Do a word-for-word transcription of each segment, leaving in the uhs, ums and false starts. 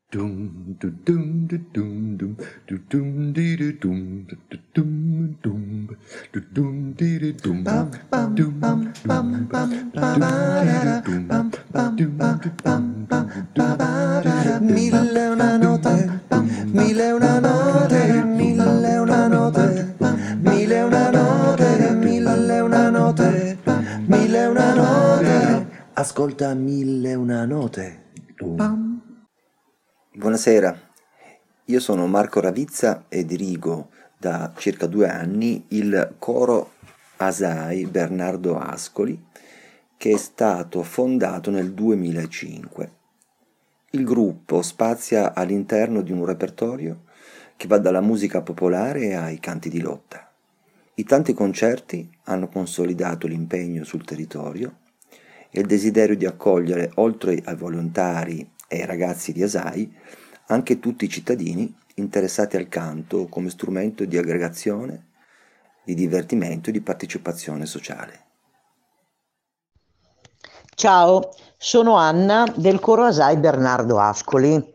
Dum du dum du dum dum du dum di du dum du du dum dum du dum di du dum Bam bam dum bam bam dum bam du ba dum ba di da du da dum bam bam dum bam du bam dum bam dum ba ba da da dum mille e una note, bam, mille e una note, mille e una note, bam, mille e una note, mille e una note, bam, mille e una note. Ascolta mille e una note. Bam. Buonasera, io sono Marco Ravizza e dirigo da circa due anni il coro Asai Bernardo Ascoli, che è stato fondato nel duemilacinque. Il gruppo spazia all'interno di un repertorio che va dalla musica popolare ai canti di lotta. I tanti concerti hanno consolidato l'impegno sul territorio e il desiderio di accogliere, oltre ai volontari e ai ragazzi di Asai, anche tutti i cittadini interessati al canto come strumento di aggregazione, di divertimento e di partecipazione sociale. Ciao, sono Anna del coro Asai Bernardo Ascoli.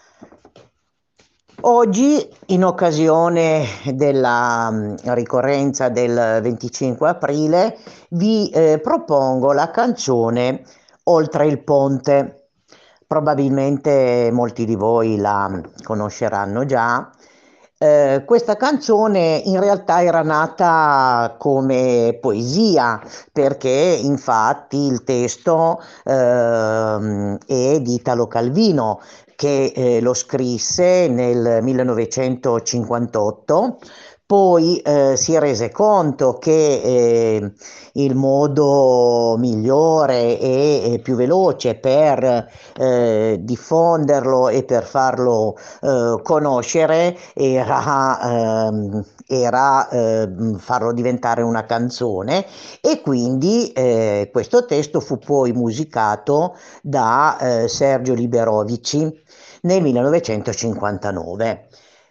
Oggi, in occasione della mm, ricorrenza del venticinque aprile, vi eh, propongo la canzone Oltre il ponte. Probabilmente molti di voi la conosceranno già. Eh, questa canzone in realtà era nata come poesia, perché infatti il testo ehm, è di Italo Calvino, che eh, lo scrisse nel millenovecentocinquantotto. Poi eh, si rese conto che eh, il modo migliore e, e più veloce per eh, diffonderlo e per farlo eh, conoscere era, ehm, era ehm, farlo diventare una canzone, e quindi eh, questo testo fu poi musicato da eh, Sergio Liberovici nel millenovecentocinquantanove.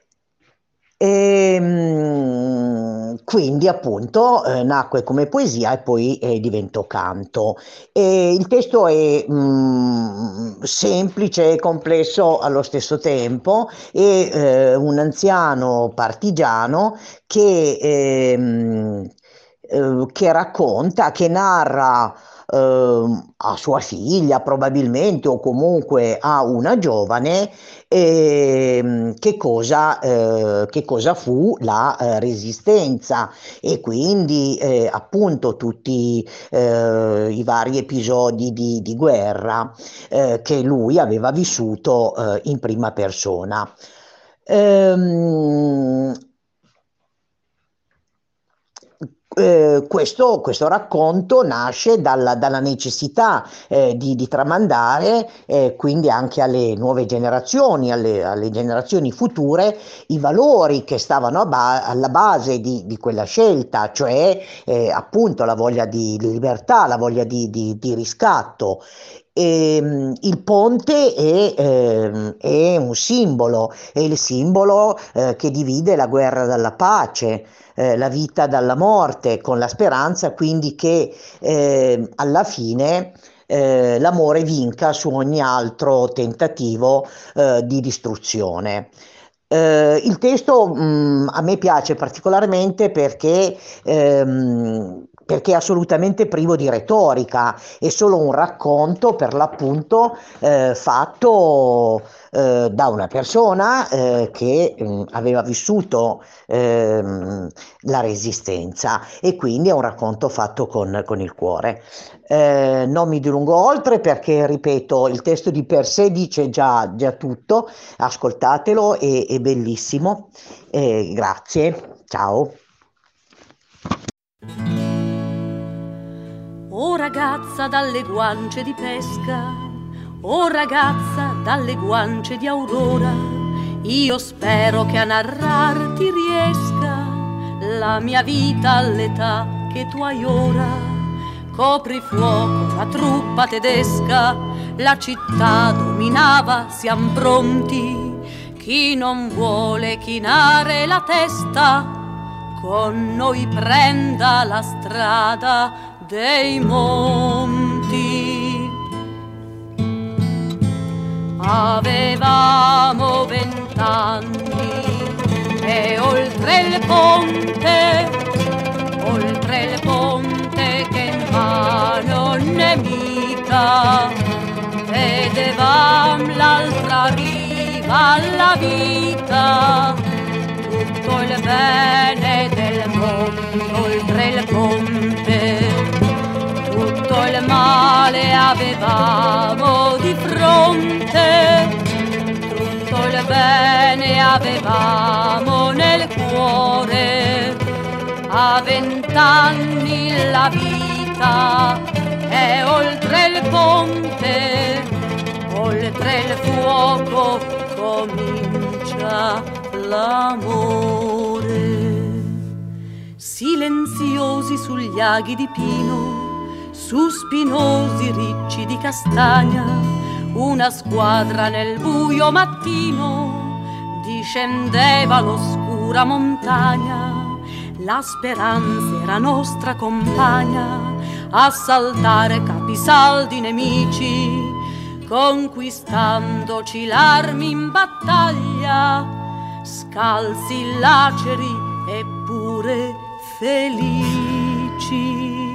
E, mm, quindi appunto eh, nacque come poesia e poi eh, diventò canto. E il testo è mm, semplice e complesso allo stesso tempo. È eh, un anziano partigiano che, ehm, eh, che racconta, che narra ehm, a sua figlia probabilmente, o comunque a una giovane, ehm, che cosa, eh, che cosa fu la eh, resistenza, e quindi eh, appunto tutti eh, i vari episodi di, di guerra eh, che lui aveva vissuto eh, in prima persona. Ehm, eh, questo, questo racconto nasce dalla, dalla necessità eh, di, di tramandare eh, quindi anche alle nuove generazioni, alle, alle generazioni future, i valori che stavano a ba- alla base di, di quella scelta, cioè eh, appunto la voglia di libertà, la voglia di, di- di riscatto. E, mh, il ponte è, ehm, è un simbolo, è il simbolo eh, che divide la guerra dalla pace, eh, la vita dalla morte, con la speranza quindi che eh, alla fine eh, l'amore vinca su ogni altro tentativo eh, di distruzione. Eh, il testo mh, a me piace particolarmente perché, ehm, perché è assolutamente privo di retorica, è solo un racconto per l'appunto eh, fatto eh, da una persona eh, che mh, aveva vissuto ehm, la resistenza, e quindi è un racconto fatto con, con il cuore. Eh, non mi dilungo oltre perché, ripeto, il testo di per sé dice già, già tutto. Ascoltatelo, è, è bellissimo. Eh, grazie, ciao. O ragazza dalle guance di pesca, o ragazza dalle guance di aurora, io spero che a narrarti riesca la mia vita all'età che tu hai ora. Copri fuoco la truppa tedesca, la città dominava, siam pronti. Chi non vuole chinare la testa, con noi prenda la strada dei monti. Aveva il ponte, oltre il ponte che in mano nemica, vedevam l'altra riva alla vita, tutto il bene del mondo oltre il ponte, tutto il male avevamo di fronte, tutto il bene avevamo nel cuore. A vent'anni la vita è oltre il ponte, oltre il fuoco comincia l'amore. Silenziosi sugli aghi di pino, su spinosi ricci di castagna, una squadra nel buio mattino discendeva l'oscura montagna. La speranza era nostra compagna, assaltare capisaldi nemici, conquistandoci l'armi in battaglia, scalzi, laceri eppure felici.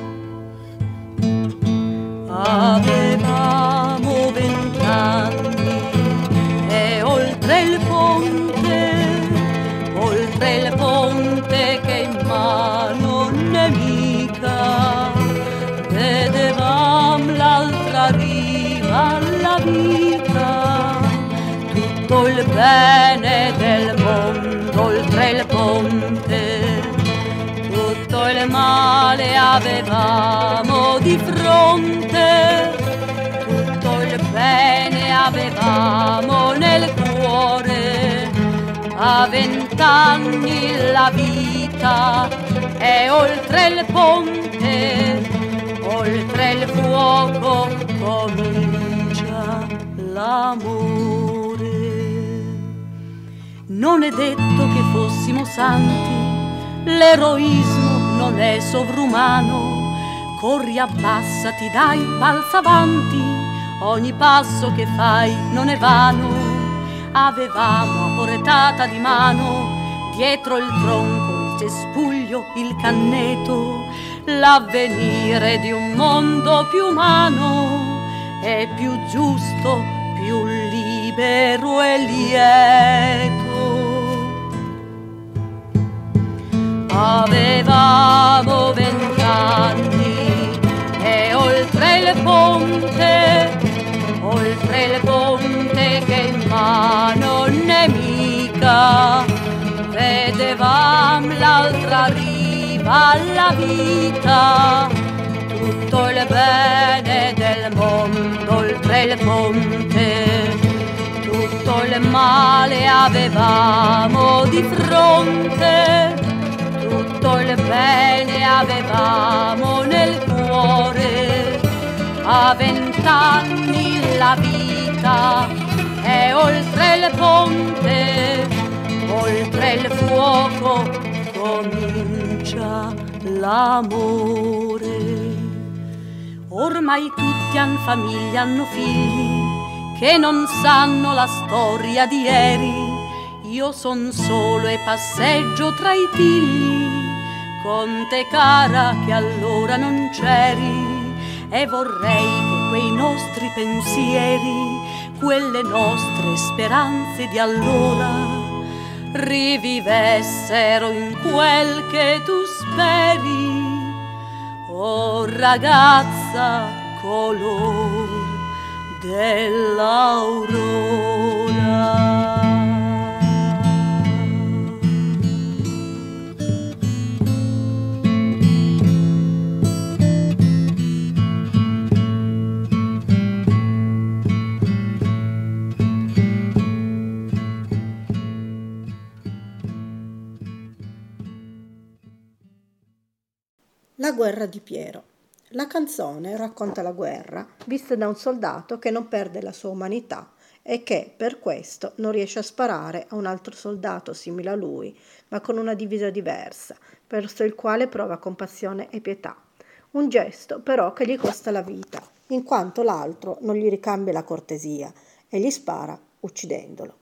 Avevamo vent'anni e oltre il ponte, oltre il ponte che in mano nemica, vedevam l'altra riva alla vita, tutto il bene del mondo oltre il ponte, tutto il male avevamo di fronte, tutto il bene avevamo nel cuore. A vent'anni la vita è oltre il ponte, oltre il fuoco comincia l'amore. Non è detto che fossimo santi, l'eroismo non è sovrumano, corri, abbassati, dai, balza avanti, ogni passo che fai non è vano. Avevamo a portata di mano, dietro il tronco, il cespuglio, il canneto, l'avvenire di un mondo più umano e più giusto, più libero e lieto. Avevamo vent'anni e oltre il ponte, oltre il ponte che in mano nemica, vedevam l'altra riva alla vita, tutto il bene del mondo oltre il ponte, tutto il male avevamo di fronte, tutto il bene avevamo nel cuore. A vent'anni la vita è oltre il ponte, oltre il fuoco comincia l'amore. Ormai tutti han famiglia, hanno figli che non sanno la storia di ieri. Io son solo e passeggio tra i tigli, con te cara che allora non c'eri. E vorrei che quei nostri pensieri, quelle nostre speranze di allora, rivivessero in quel che tu speri, oh ragazza color dell'aurora. La guerra di Piero. La canzone racconta la guerra vista da un soldato che non perde la sua umanità e che, per questo, non riesce a sparare a un altro soldato simile a lui, ma con una divisa diversa, verso il quale prova compassione e pietà. Un gesto, però, che gli costa la vita, in quanto l'altro non gli ricambia la cortesia e gli spara, uccidendolo.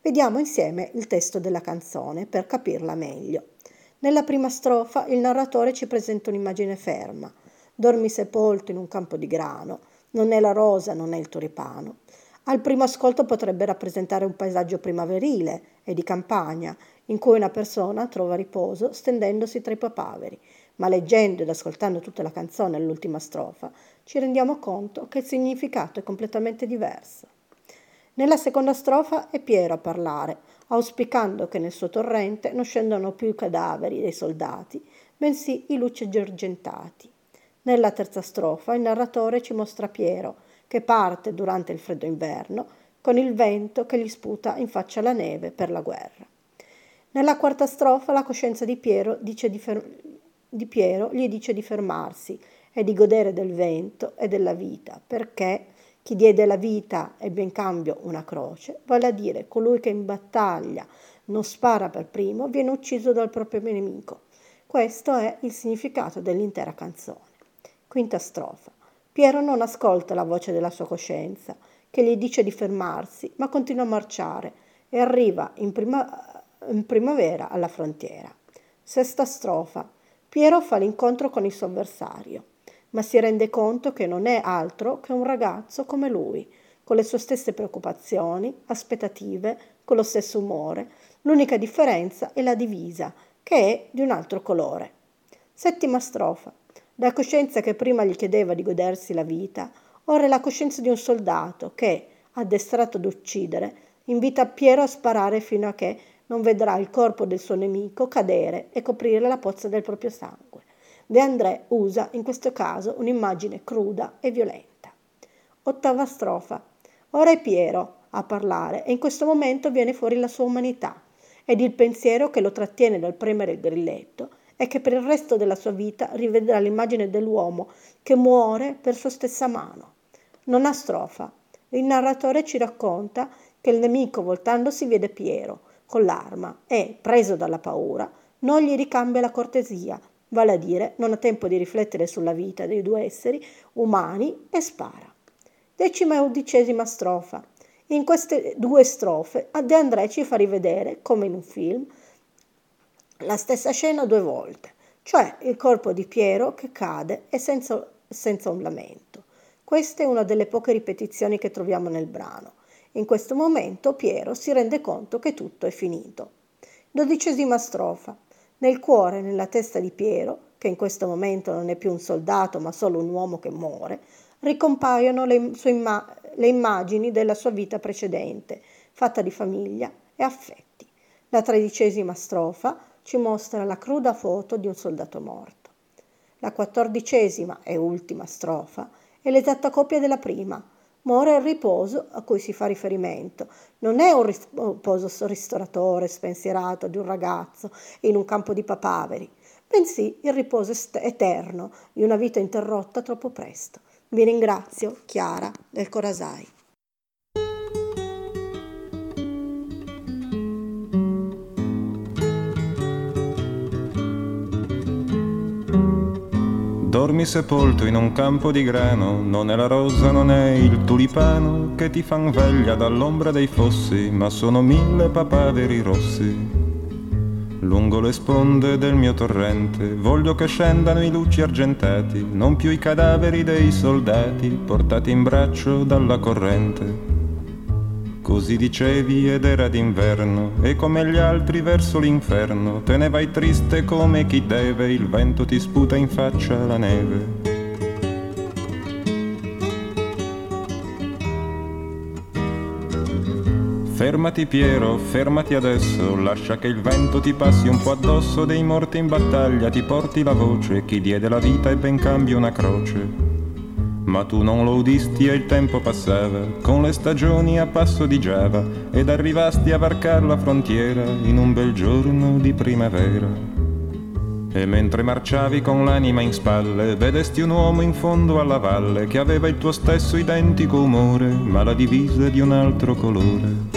Vediamo insieme il testo della canzone per capirla meglio. Nella prima strofa il narratore ci presenta un'immagine ferma. Dormi sepolto in un campo di grano, non è la rosa, non è il tulipano. Al primo ascolto potrebbe rappresentare un paesaggio primaverile e di campagna, in cui una persona trova riposo stendendosi tra i papaveri, ma leggendo ed ascoltando tutta la canzone all'ultima strofa ci rendiamo conto che il significato è completamente diverso. Nella seconda strofa è Piero a parlare, auspicando che nel suo torrente non scendano più i cadaveri dei soldati, bensì i luccioli argentati. Nella terza strofa il narratore ci mostra Piero, che parte durante il freddo inverno con il vento che gli sputa in faccia la neve per la guerra. Nella quarta strofa la coscienza di Piero, dice di, fer- di Piero gli dice di fermarsi e di godere del vento e della vita, perché chi diede la vita ebbe in cambio una croce, vale a dire colui che in battaglia non spara per primo viene ucciso dal proprio nemico. Questo è il significato dell'intera canzone. Quinta strofa. Piero non ascolta la voce della sua coscienza, che gli dice di fermarsi, ma continua a marciare e arriva in, prima, in primavera alla frontiera. Sesta strofa. Piero fa l'incontro con il suo avversario, ma si rende conto che non è altro che un ragazzo come lui, con le sue stesse preoccupazioni, aspettative, con lo stesso umore. L'unica differenza è la divisa, che è di un altro colore. Settima strofa. La coscienza che prima gli chiedeva di godersi la vita, ora è la coscienza di un soldato che, addestrato ad uccidere, invita Piero a sparare fino a che non vedrà il corpo del suo nemico cadere e coprire la pozza del proprio sangue. De André usa in questo caso un'immagine cruda e violenta. Ottava strofa. Ora è Piero a parlare e in questo momento viene fuori la sua umanità ed il pensiero che lo trattiene dal premere il grilletto è che per il resto della sua vita rivedrà l'immagine dell'uomo che muore per sua stessa mano. Nona strofa. Il narratore ci racconta che il nemico voltandosi vede Piero con l'arma e, preso dalla paura, non gli ricambia la cortesia, vale a dire non ha tempo di riflettere sulla vita dei due esseri umani e spara. Decima e undicesima strofa. In queste due strofe De André ci fa rivedere, come in un film, la stessa scena due volte, cioè il corpo di Piero che cade e senza, senza un lamento. Questa è una delle poche ripetizioni che troviamo nel brano. In questo momento Piero si rende conto che tutto è finito. Dodicesima strofa. Nel cuore e nella testa di Piero, che in questo momento non è più un soldato ma solo un uomo che muore, ricompaiono le, sue imma- le immagini della sua vita precedente, fatta di famiglia e affetti. La tredicesima strofa ci mostra la cruda foto di un soldato morto. La quattordicesima e ultima strofa è l'esatta copia della prima. Muore il riposo a cui si fa riferimento. Non è un riposo ristoratore, spensierato di un ragazzo in un campo di papaveri, bensì il riposo est- eterno di una vita interrotta troppo presto. Vi ringrazio, Chiara del Corasai. Dormi sepolto in un campo di grano, non è la rosa, non è il tulipano che ti fan veglia dall'ombra dei fossi, ma sono mille papaveri rossi. Lungo le sponde del mio torrente voglio che scendano i luci argentati, non più i cadaveri dei soldati portati in braccio dalla corrente. Così dicevi ed era d'inverno e come gli altri verso l'inferno te ne vai triste come chi deve, il vento ti sputa in faccia la neve. Fermati Piero, fermati adesso, lascia che il vento ti passi un po' addosso, dei morti in battaglia ti porti la voce, chi diede la vita e ben cambia una croce. Ma tu non lo udisti e il tempo passava, con le stagioni a passo di Giava, ed arrivasti a varcar la frontiera in un bel giorno di primavera. E mentre marciavi con l'anima in spalle, vedesti un uomo in fondo alla valle, che aveva il tuo stesso identico umore, ma la divisa di un altro colore.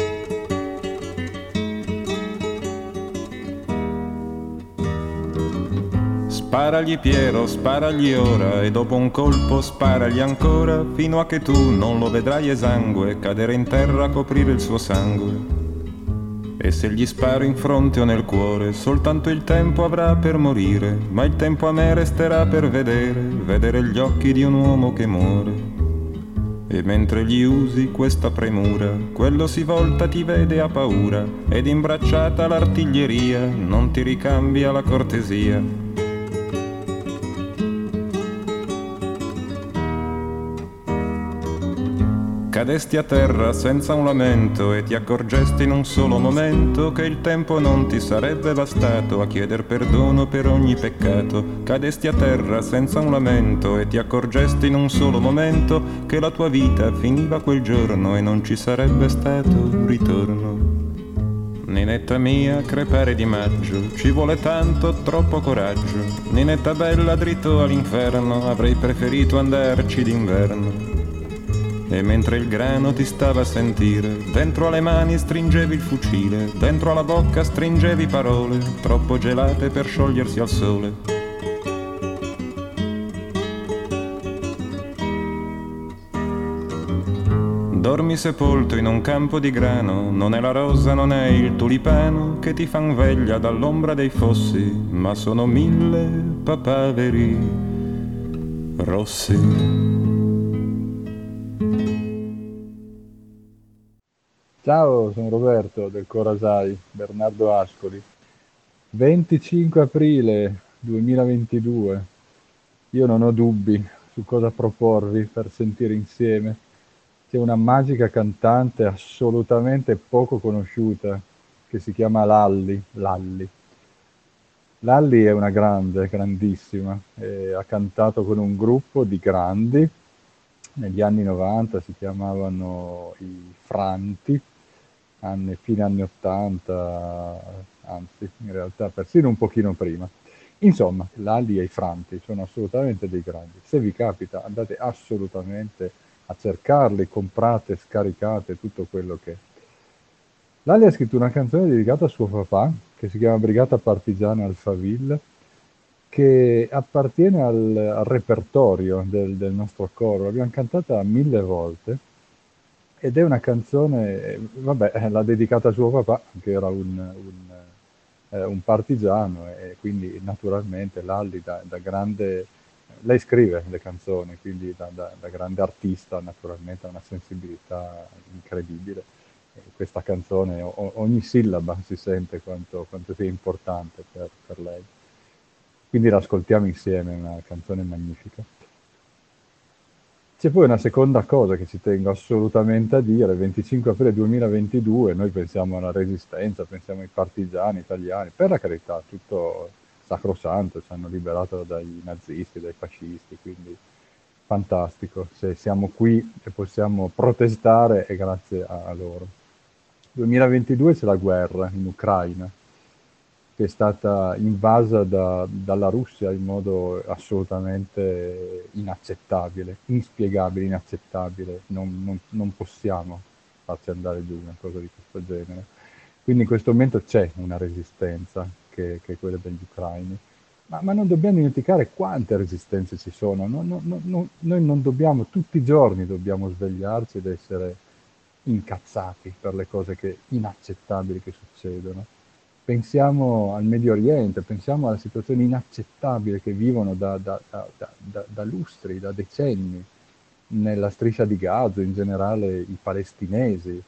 Sparagli Piero, sparagli ora, e dopo un colpo sparagli ancora, fino a che tu non lo vedrai esangue, cadere in terra a coprire il suo sangue. E se gli sparo in fronte o nel cuore, soltanto il tempo avrà per morire, ma il tempo a me resterà per vedere, vedere gli occhi di un uomo che muore. E mentre gli usi questa premura, quello si volta, ti vede, ha paura, ed imbracciata l'artiglieria non ti ricambia la cortesia. Cadesti a terra senza un lamento e ti accorgesti in un solo momento che il tempo non ti sarebbe bastato a chieder perdono per ogni peccato. Cadesti a terra senza un lamento e ti accorgesti in un solo momento che la tua vita finiva quel giorno e non ci sarebbe stato ritorno. Ninetta mia, crepare di maggio, ci vuole tanto, troppo coraggio. Ninetta bella, dritto all'inferno, avrei preferito andarci d'inverno. E mentre il grano ti stava a sentire, dentro alle mani stringevi il fucile, dentro alla bocca stringevi parole, troppo gelate per sciogliersi al sole. Dormi sepolto in un campo di grano, non è la rosa, non è il tulipano che ti fan veglia dall'ombra dei fossi, ma sono mille papaveri rossi. Ciao, sono Roberto del Coro Asai, Bernardo Ascoli. venticinque aprile duemilaventidue. Io non ho dubbi su cosa proporvi per sentire insieme. C'è una magica cantante assolutamente poco conosciuta che si chiama Lalli. Lalli. Lalli è una grande, grandissima, e ha cantato con un gruppo di grandi. Negli anni novanta si chiamavano i Franti, anni, fine anni ottanta, anzi in realtà persino un pochino prima. Insomma, Lalli e i Franti sono assolutamente dei grandi. Se vi capita andate assolutamente a cercarli, comprate, scaricate tutto quello che... Lalli ha scritto una canzone dedicata a suo papà, che si chiama Brigata Partigiana Alphaville, che appartiene al, al repertorio del, del nostro coro. L'abbiamo cantata mille volte ed è una canzone, vabbè, l'ha dedicata a suo papà, che era un, un, eh, un partigiano, e quindi naturalmente Lalli da, da grande, lei scrive le canzoni, quindi da, da, da grande artista naturalmente ha una sensibilità incredibile. E questa canzone, o, ogni sillaba si sente quanto, quanto sia importante per, per lei. Quindi l'ascoltiamo insieme, è una canzone magnifica. C'è poi una seconda cosa che ci tengo assolutamente a dire. Il venticinque aprile duemilaventidue noi pensiamo alla Resistenza, pensiamo ai partigiani italiani, per la carità, tutto sacrosanto, ci hanno liberato dai nazisti, dai fascisti, quindi fantastico. Se siamo qui e possiamo protestare è grazie a, a loro. duemilaventidue c'è la guerra in Ucraina, che è stata invasa da, dalla Russia in modo assolutamente inaccettabile, inspiegabile, inaccettabile. Non, non, non possiamo farci andare giù una cosa di questo genere. Quindi in questo momento c'è una resistenza, che, che è quella degli ucraini, ma, ma non dobbiamo dimenticare quante resistenze ci sono. Non, non, non, noi non dobbiamo, tutti i giorni dobbiamo svegliarci ed essere incazzati per le cose che, inaccettabili che succedono. Pensiamo al Medio Oriente, pensiamo alla situazione inaccettabile che vivono da, da, da, da, da lustri, da decenni, nella striscia di Gaza, in generale i palestinesi,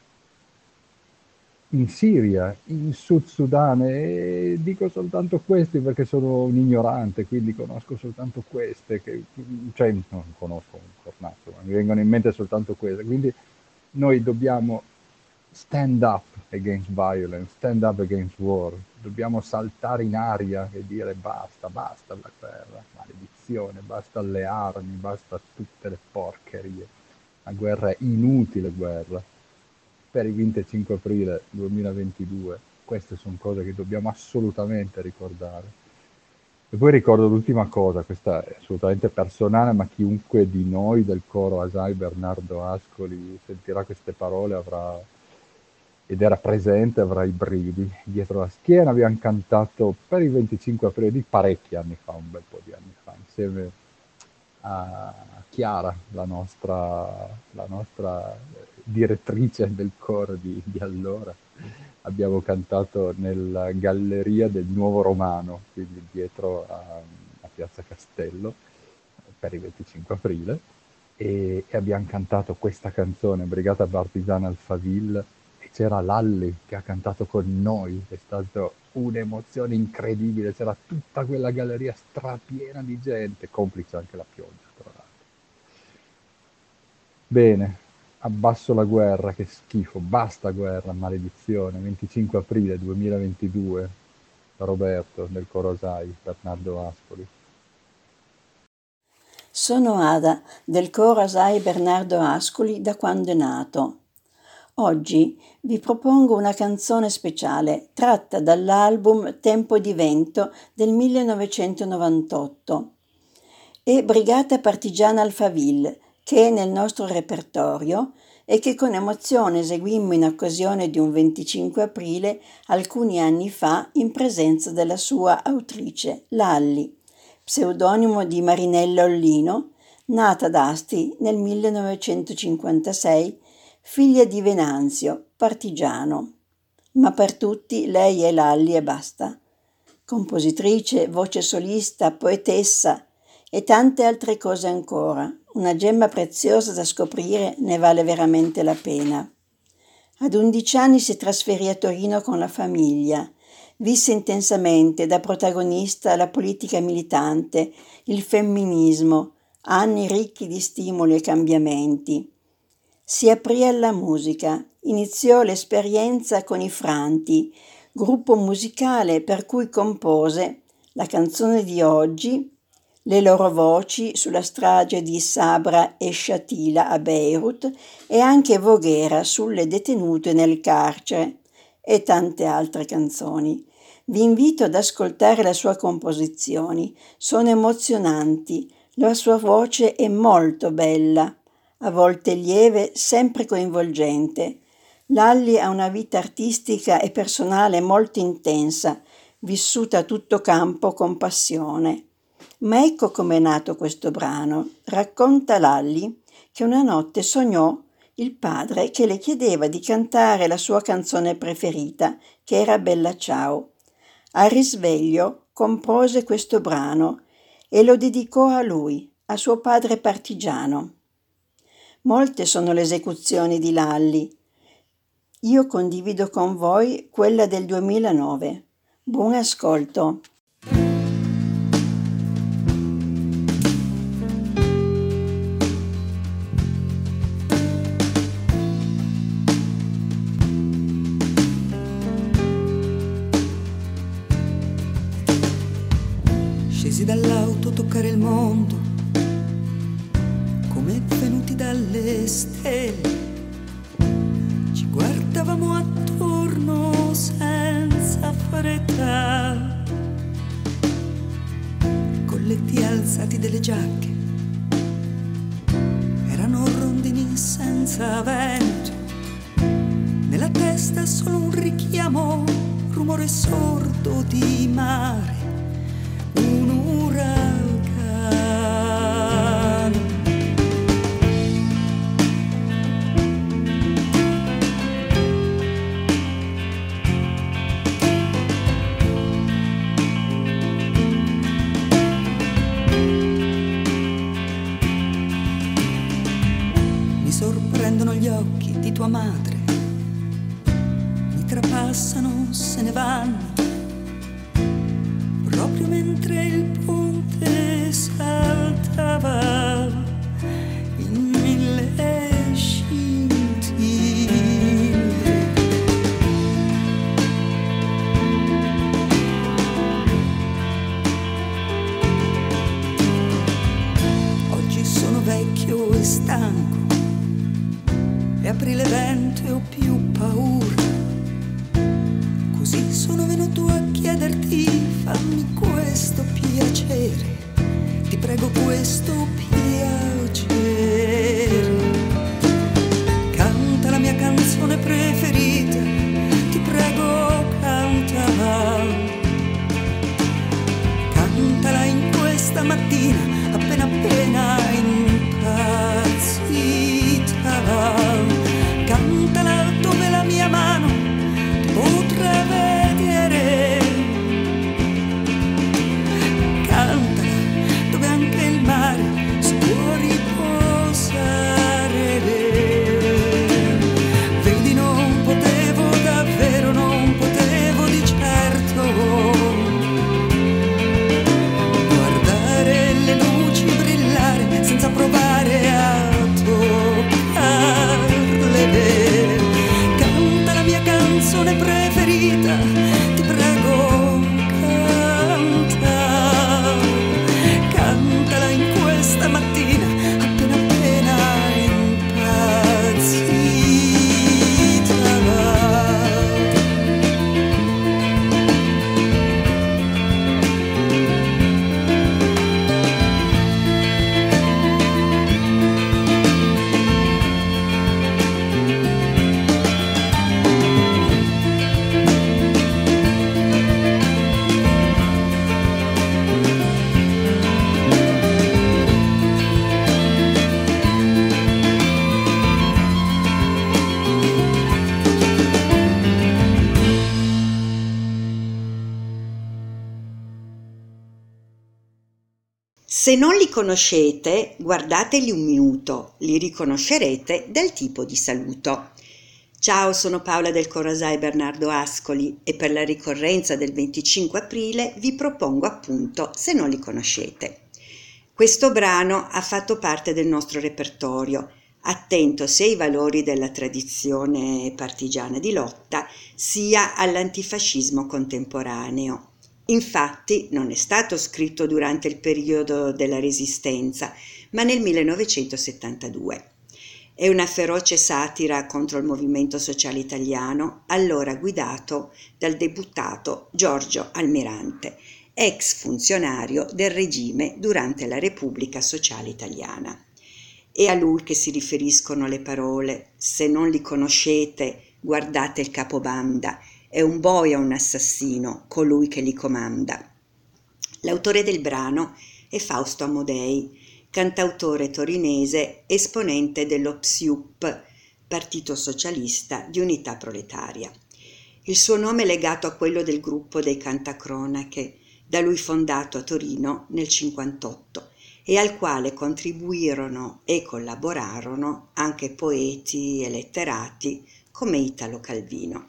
in Siria, in Sud Sudan, e dico soltanto questi perché sono un ignorante, quindi conosco soltanto queste, che, cioè non conosco un cornato, ma mi vengono in mente soltanto queste, quindi noi dobbiamo stand up against violence, stand up against war, dobbiamo saltare in aria e dire basta, basta la guerra, maledizione, basta le armi, basta tutte le porcherie, la guerra è inutile guerra. Per il venticinque aprile duemilaventidue queste sono cose che dobbiamo assolutamente ricordare. E poi ricordo l'ultima cosa, questa è assolutamente personale, ma chiunque di noi del coro Asai Bernardo Ascoli sentirà queste parole avrà, ed era presente, avrà i brividi dietro la schiena. Abbiamo cantato per il venticinque aprile di parecchi anni fa, un bel po' di anni fa, insieme a Chiara, la nostra, la nostra direttrice del coro di, di allora. abbiamo cantato nella galleria del Nuovo Romano, quindi dietro a, a Piazza Castello, per il venticinque aprile, e, e abbiamo cantato questa canzone, Brigata Partigiana Alphaville, e c'era Lalli che ha cantato con noi, è stata un'emozione incredibile, c'era tutta quella galleria strapiena di gente, complice anche la pioggia, tra l'altro. Bene, abbasso la guerra, che schifo, basta guerra, maledizione, venticinque aprile duemilaventidue, Roberto del Coro Asai, Bernardo Ascoli. Sono Ada del Coro Asai Bernardo Ascoli da quando è nato. Oggi vi propongo una canzone speciale tratta dall'album Tempo di Vento del millenovecentonovantotto e Brigata Partigiana Alphaville, che è nel nostro repertorio e che con emozione eseguimmo in occasione di un venticinque aprile alcuni anni fa in presenza della sua autrice, Lalli, pseudonimo di Marinella Ollino, nata ad Asti nel millenovecentocinquantasei, figlia di Venanzio, partigiano. Ma per tutti lei è Lalli e basta. Compositrice, voce solista, poetessa e tante altre cose ancora. Una gemma preziosa da scoprire, ne vale veramente la pena. Ad undici anni si trasferì a Torino con la famiglia. Visse intensamente da protagonista la politica militante, il femminismo, anni ricchi di stimoli e cambiamenti. Si aprì alla musica, iniziò l'esperienza con i Franti, gruppo musicale per cui compose la canzone di oggi, le loro voci sulla strage di Sabra e Shatila a Beirut e anche Voghera sulle detenute nel carcere e tante altre canzoni. Vi invito ad ascoltare le sue composizioni, sono emozionanti, la sua voce è molto bella, a volte lieve, sempre coinvolgente. Lalli ha una vita artistica e personale molto intensa, vissuta a tutto campo con passione. Ma ecco com'è nato questo brano. Racconta Lalli che una notte sognò il padre che le chiedeva di cantare la sua canzone preferita, che era Bella Ciao. Al risveglio compose questo brano e lo dedicò a lui, a suo padre partigiano. Molte sono le esecuzioni di Lalli. Io condivido con voi quella del duemilanove. Buon ascolto. Scesi dall'auto, toccare il mondo, come venuti dalle stelle. Ci guardavamo attorno senza fretta, colletti alzati delle giacche, erano rondini senza vento. Nella testa solo un richiamo, rumore sordo di mare. Un uragano. Mi sorprendono gli occhi di tua madre, mi trapassano, se ne vanno. Proprio mentre il ponte saltava in mille scintille. Oggi sono vecchio e stanco, e aprile vento e ho più paura. Così sono venuto a chiederti, fammi questo piacere, ti prego questo piacere. Canta la mia canzone preferita, ti prego cantala. Cantala in questa mattina, appena appena impazzita. Cantala dove la mia mano canzone preferita, ti prego canta, cantala in questa mattina appena appena impazzita. Se non li conoscete, guardateli un minuto, li riconoscerete dal tipo di saluto. Ciao, sono Paola del Coro Asai Bernardo Ascoli e per la ricorrenza del venticinque aprile vi propongo appunto Se non li conoscete. Questo brano ha fatto parte del nostro repertorio, attento sia ai valori della tradizione partigiana di lotta, sia all'antifascismo contemporaneo. Infatti non è stato scritto durante il periodo della Resistenza, ma nel millenovecentosettantadue. È una feroce satira contro il movimento sociale italiano, allora guidato dal deputato Giorgio Almirante, ex funzionario del regime durante la Repubblica Sociale Italiana. È a lui che si riferiscono le parole «Se non li conoscete, guardate il capobanda», è un boia, un assassino, colui che li comanda. L'autore del brano è Fausto Amodei, cantautore torinese, esponente dello P S I U P, Partito Socialista di Unità Proletaria. Il suo nome è legato a quello del gruppo dei Cantacronache, da lui fondato a Torino nel cinquantotto, e al quale contribuirono e collaborarono anche poeti e letterati come Italo Calvino.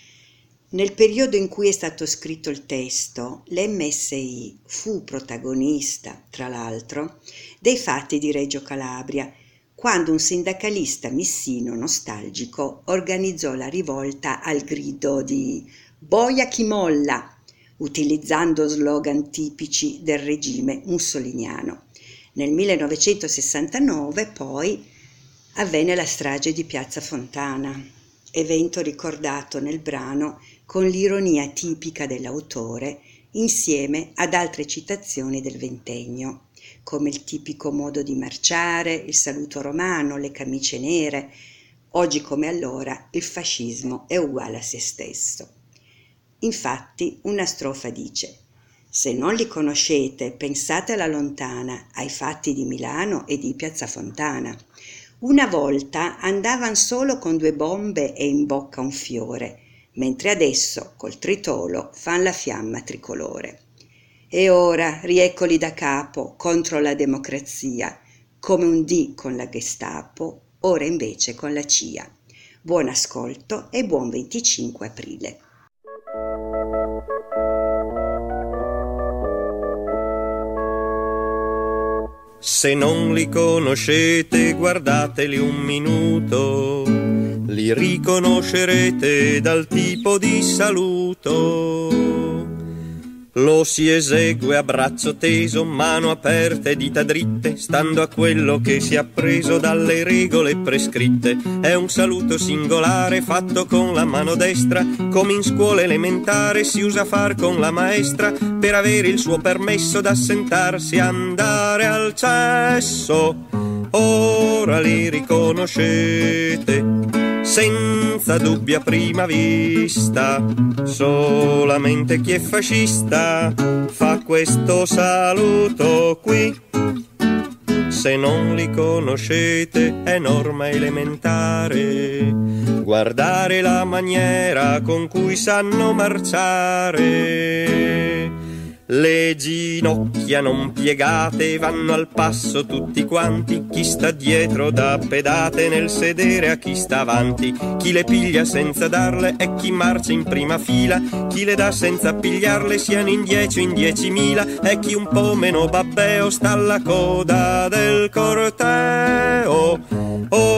Nel periodo in cui è stato scritto il testo, l'M S I fu protagonista, tra l'altro, dei fatti di Reggio Calabria, quando un sindacalista missino nostalgico organizzò la rivolta al grido di «Boia chi molla», utilizzando slogan tipici del regime mussoliniano. Nel millenovecentosessantanove, poi, avvenne la strage di Piazza Fontana, evento ricordato nel brano con l'ironia tipica dell'autore, insieme ad altre citazioni del ventennio, come il tipico modo di marciare, il saluto romano, le camicie nere. Oggi come allora il fascismo è uguale a se stesso. Infatti una strofa dice: «Se non li conoscete, pensate alla lontana, ai fatti di Milano e di Piazza Fontana. Una volta andavan solo con due bombe e in bocca un fiore, mentre adesso col tritolo fan la fiamma tricolore. E ora rieccoli da capo contro la democrazia, come un dì con la Gestapo, ora invece con la C I A. Buon ascolto e buon venticinque aprile. Se non li conoscete, guardateli un minuto, li riconoscerete dal tipo di saluto. Lo si esegue a braccio teso, mano aperta e dita dritte, stando a quello che si è appreso dalle regole prescritte. È un saluto singolare fatto con la mano destra, come in scuola elementare si usa far con la maestra, per avere il suo permesso d'assentarsi e andare al cesso. Ora li riconoscete senza dubbia prima vista, solamente chi è fascista fa questo saluto qui. Se non li conoscete è norma elementare guardare la maniera con cui sanno marciare. Le ginocchia non piegate vanno al passo tutti quanti, chi sta dietro dà pedate nel sedere a chi sta avanti, chi le piglia senza darle è chi marcia in prima fila, chi le dà senza pigliarle siano in dieci o in diecimila, e chi un po' meno babbeo sta alla coda del corteo. Oh,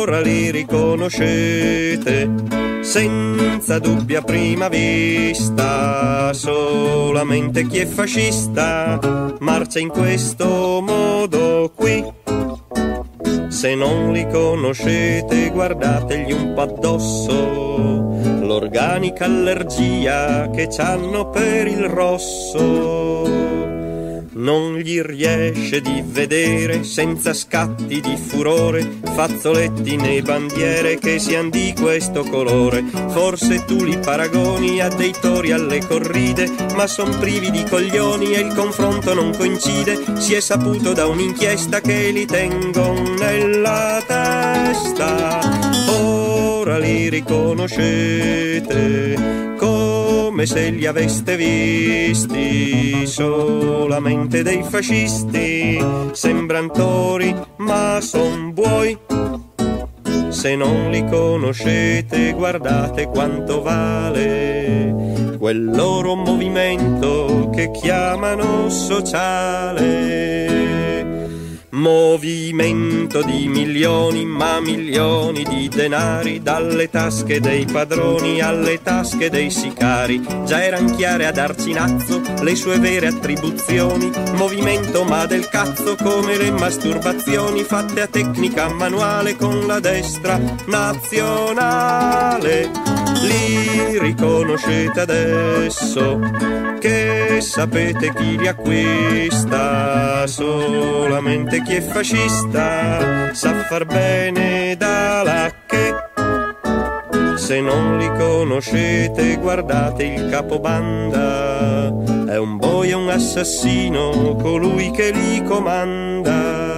ora li riconoscete senza dubbia prima vista. Solamente chi è fascista marcia in questo modo qui. Se non li conoscete guardategli un po' addosso l'organica allergia che c'hanno per il rosso. Non gli riesce di vedere senza scatti di furore fazzoletti né bandiere che siano di questo colore. Forse tu li paragoni a dei tori alle corride, ma son privi di coglioni e il confronto non coincide. Si è saputo da un'inchiesta che li tengon nella testa. Ora li riconoscete come se li aveste visti solamente dei fascisti. Sembran tori ma son buoi. Se non li conoscete guardate quanto vale quel loro movimento che chiamano sociale. Movimento di milioni, ma milioni di denari, dalle tasche dei padroni alle tasche dei sicari. Già eran chiare ad Arcinazzo le sue vere attribuzioni. Movimento ma del cazzo, come le masturbazioni fatte a tecnica manuale con la destra nazionale. Li riconoscete adesso che sapete chi li acquista. Solamente chi è fascista sa far bene da lacche. Se non li conoscete guardate il capobanda, è un boia, un assassino, colui che li comanda.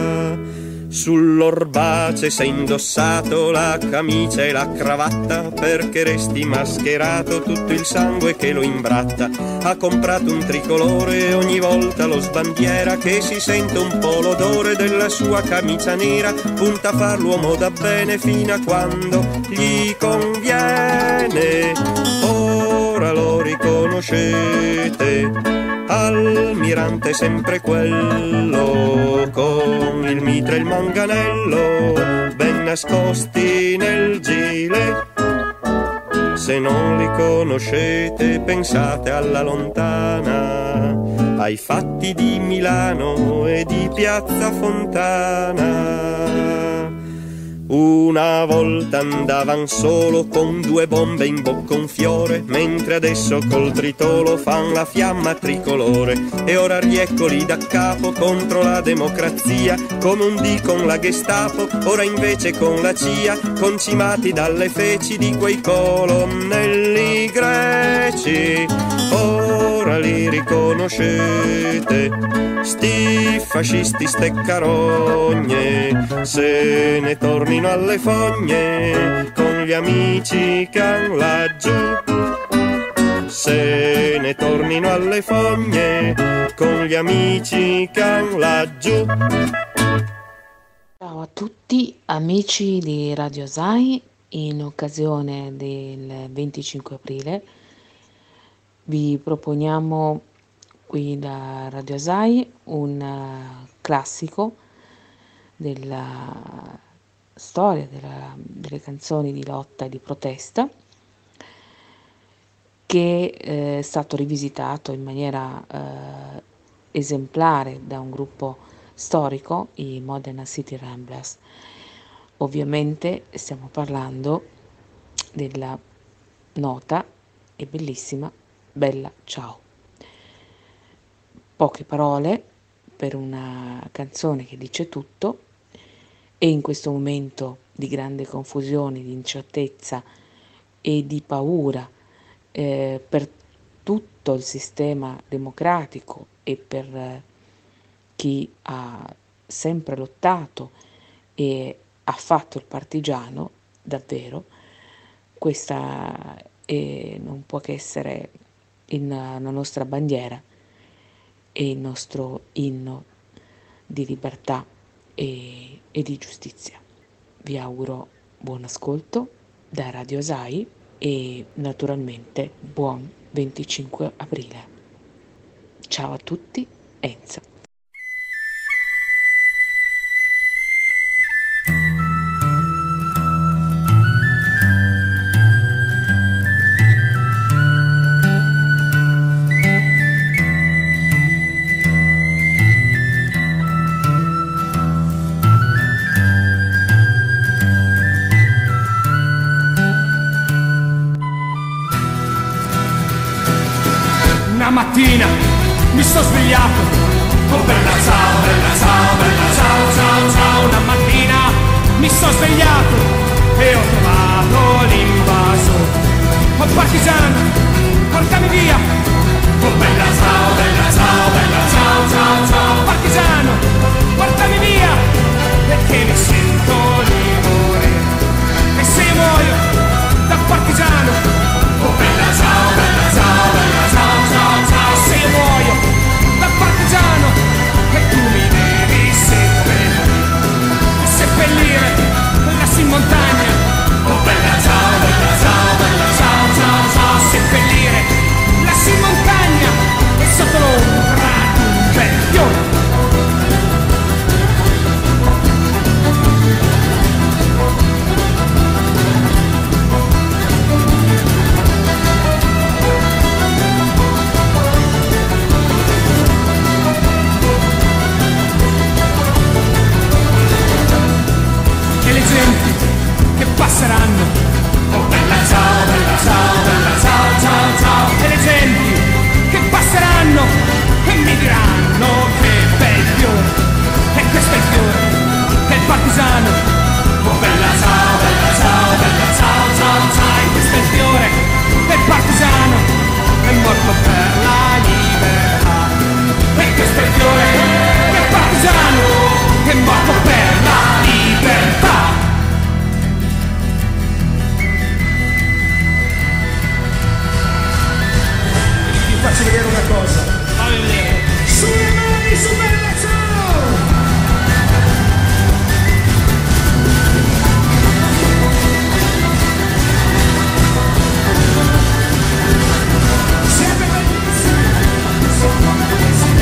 Sull'orbace s'è indossato la camicia e la cravatta perché resti mascherato tutto il sangue che lo imbratta. Ha comprato un tricolore e ogni volta lo sbandiera, che si sente un po' l'odore della sua camicia nera. Punta a far l'uomo da bene fino a quando gli conviene. Ora lo riconoscete, almirante sempre quello, con il mitra e il manganello ben nascosti nel gilet. Se non li conoscete pensate alla lontana, ai fatti di Milano e di Piazza Fontana. Una volta andavan solo con due bombe in bocca un fiore, mentre adesso col tritolo fan la fiamma tricolore. E ora rieccoli da capo contro la democrazia, come un dì con la Gestapo, ora invece con la C I A, concimati dalle feci di quei colonnelli greci. Ora li riconoscete, sti fascisti, ste carogne, se ne tornino alle fogne con gli amici che han laggiù. Se ne tornino alle fogne con gli amici che han laggiù. Ciao a tutti amici di Radio Sai, in occasione del venticinque aprile vi proponiamo qui da Radio Sai un uh, classico della storia della, delle canzoni di lotta e di protesta, che eh, è stato rivisitato in maniera eh, esemplare da un gruppo storico, i Modena City Ramblers. Ovviamente stiamo parlando della nota e bellissima Bella Ciao. Poche parole per una canzone che dice tutto, e in questo momento di grande confusione, di incertezza e di paura eh, per tutto il sistema democratico e per eh, chi ha sempre lottato e ha fatto il partigiano, davvero, questa è, non può che essere in, la nostra bandiera e il nostro inno di libertà e, e di giustizia. Vi auguro buon ascolto da Radio Sai e naturalmente buon venticinque aprile. Ciao a tutti, Enza. Una mattina mi sto svegliato, oh bella ciao, bella ciao, bella ciao, ciao, ciao. Una mattina mi sto svegliato e ho trovato l'invasore. Oh partigiano, portami via, oh bella ciao, bella ciao, bella ciao, ciao, ciao. Partigiano, portami via, perché mi sento di morire. E se io muoio da partigiano, oh bella ciao, bella ciao, bella ciao, ciao, ciao. Se io muoio da partigiano e tu mi devi seppellire, seppellire lassù in montagna, oh bella ciao, bella ciao, bella ciao, ciao, ciao. Seppellire lassù in montagna e sotto l'ombra di un bel fiore. E le genti che passeranno, oh bella ciao, bella ciao, bella ciao, ciao, ciao. E le genti che passeranno e mi diranno che bel fiore, e questo è il fiore del partigiano, oh bella ciao, bella ciao, bella ciao, ciao, ciao. E questo è il fiore del partigiano, è morto per la libertà. E questo è il fiore del partigiano, è morto per la libertà. Vi faccio vedere una cosa. Fammi vedere. Sulle mani, su bella ciao! Siete bellissimi! Sono bellissimi!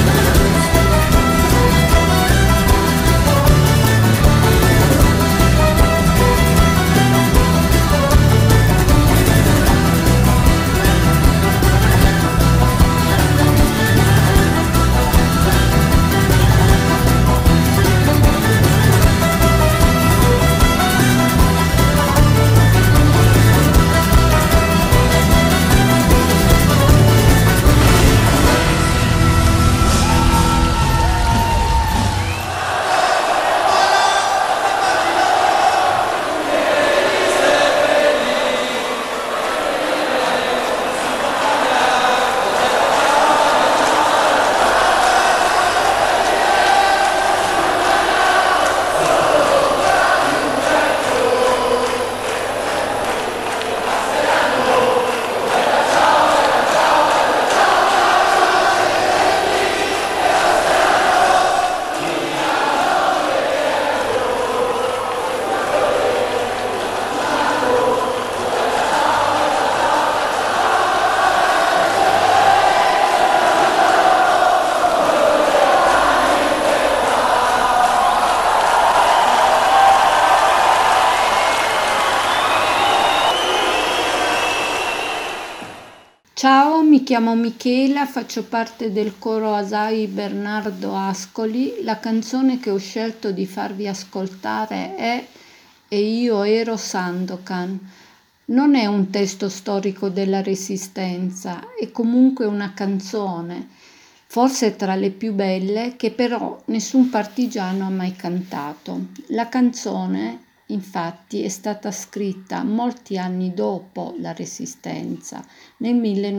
Ciao, mi chiamo Michela, faccio parte del coro Asai Bernardo Ascoli. La canzone che ho scelto di farvi ascoltare è E io ero Sandokan. Non è un testo storico della Resistenza, è comunque una canzone, forse tra le più belle, che però nessun partigiano ha mai cantato. La canzone, infatti, è stata scritta molti anni dopo la Resistenza, nel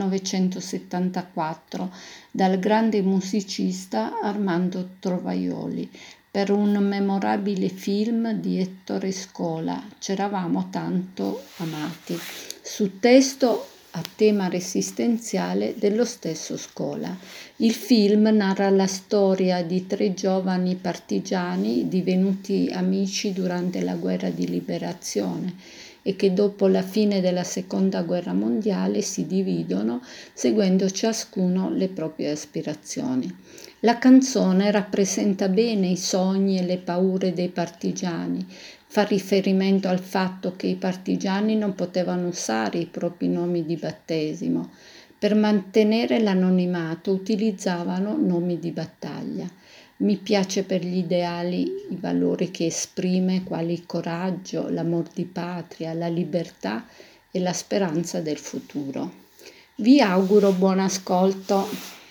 millenovecentosettantaquattro, dal grande musicista Armando Trovaioli, per un memorabile film di Ettore Scola, C'eravamo tanto amati, su testo a tema resistenziale dello stesso Scola. Il film narra la storia di tre giovani partigiani divenuti amici durante la guerra di liberazione e che dopo la fine della seconda guerra mondiale si dividono seguendo ciascuno le proprie aspirazioni. La canzone rappresenta bene i sogni e le paure dei partigiani, fa riferimento al fatto che i partigiani non potevano usare i propri nomi di battesimo. Per mantenere l'anonimato utilizzavano nomi di battaglia. Mi piace per gli ideali, i valori che esprime, quali il coraggio, l'amor di patria, la libertà e la speranza del futuro. Vi auguro buon ascolto.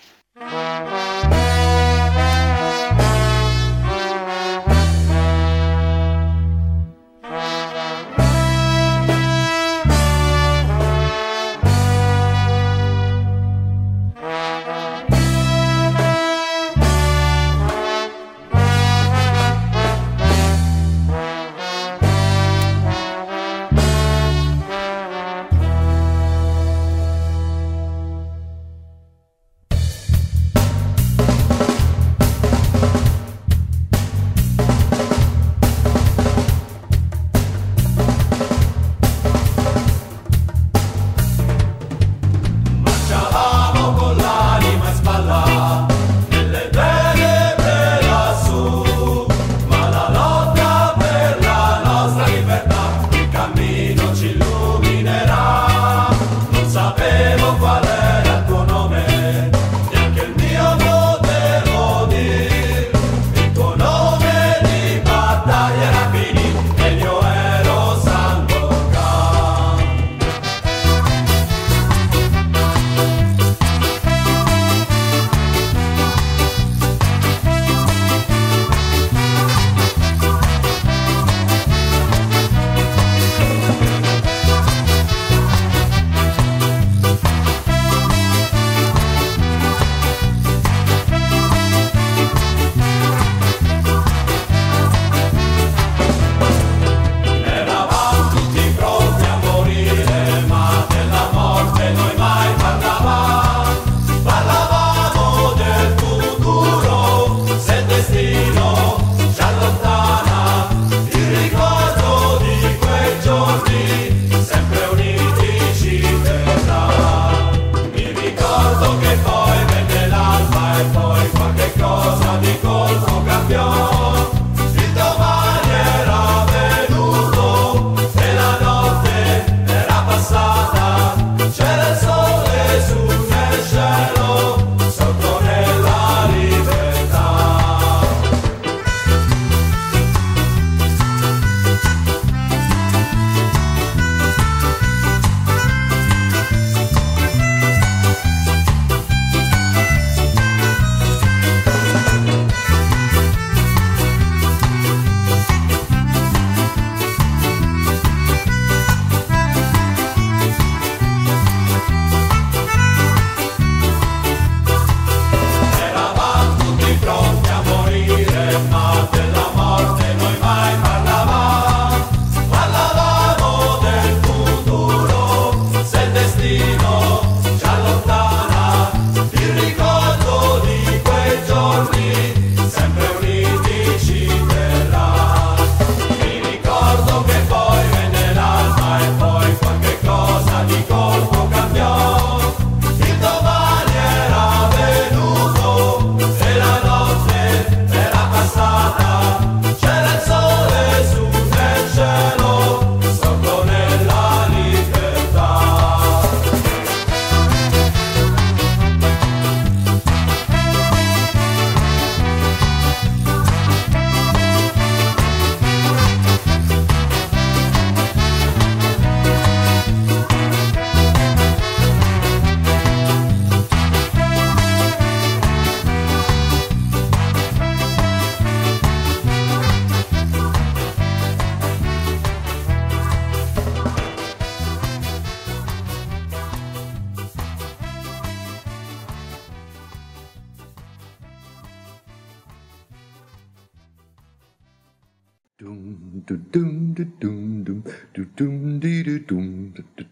Dum dum dum dum dum dum dum dee dum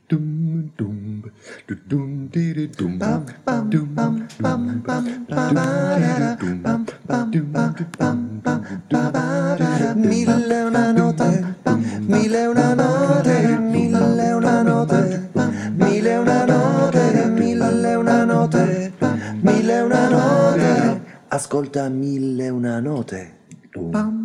dum dum dum dee dum bam bam bam bam bam bam mille una note, mille una note, mille una note, mille una note, mille una note, mille una note, ascolta mille una note. Dum.